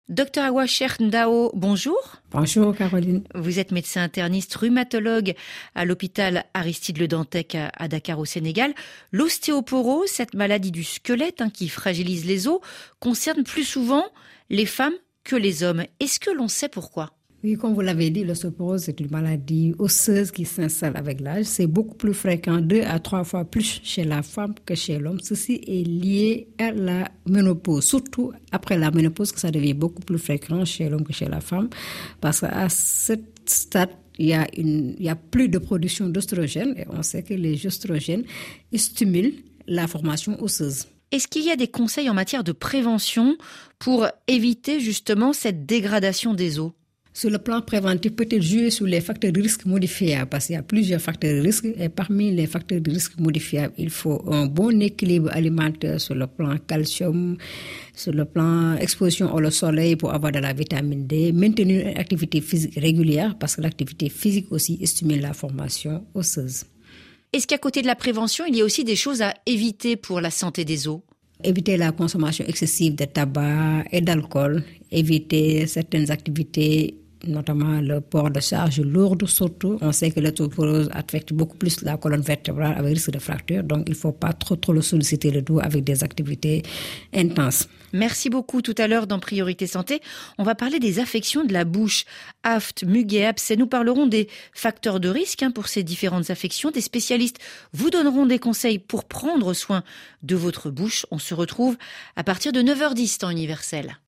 Docteur Awa Cheikh Ndao, bonjour. Bonjour Caroline. Vous êtes médecin interniste rhumatologue à l'hôpital Aristide Le Dantec à Dakar au Sénégal. L'ostéoporose, cette maladie du squelette qui fragilise les os, concerne plus souvent les femmes que les hommes. Est-ce que l'on sait pourquoi ? Oui, comme vous l'avez dit, l'ostéoporose, c'est une maladie osseuse qui s'installe avec l'âge. C'est beaucoup plus fréquent, 2 à 3 fois plus chez la femme que chez l'homme. Ceci est lié à la ménopause, surtout après la ménopause que ça devient beaucoup plus fréquent chez l'homme que chez la femme. Parce qu'à ce stade, il y a plus de production d'oestrogènes et on sait que les oestrogènes stimulent la formation osseuse. Est-ce qu'il y a des conseils en matière de prévention pour éviter justement cette dégradation des os ? Sur le plan préventif, peut-être jouer sur les facteurs de risque modifiables, parce qu'il y a plusieurs facteurs de risque, et parmi les facteurs de risque modifiables, il faut un bon équilibre alimentaire sur le plan calcium, sur le plan exposition au soleil pour avoir de la vitamine D, maintenir une activité physique régulière, parce que l'activité physique aussi stimule la formation osseuse. Est-ce qu'à côté de la prévention, il y a aussi des choses à éviter pour la santé des os ? Éviter la consommation excessive de tabac et d'alcool, éviter certaines activités, notamment le port de charges lourdes surtout. On sait que l'ostéoporose affecte beaucoup plus la colonne vertébrale avec risque de fracture, donc il ne faut pas trop le solliciter le dos avec des activités intenses. Merci beaucoup. Tout à l'heure, dans Priorité Santé, on va parler des affections de la bouche, aphte, muguet, abcès. Nous parlerons des facteurs de risque pour ces différentes affections. Des spécialistes vous donneront des conseils pour prendre soin de votre bouche. On se retrouve à partir de 9h10 temps universel.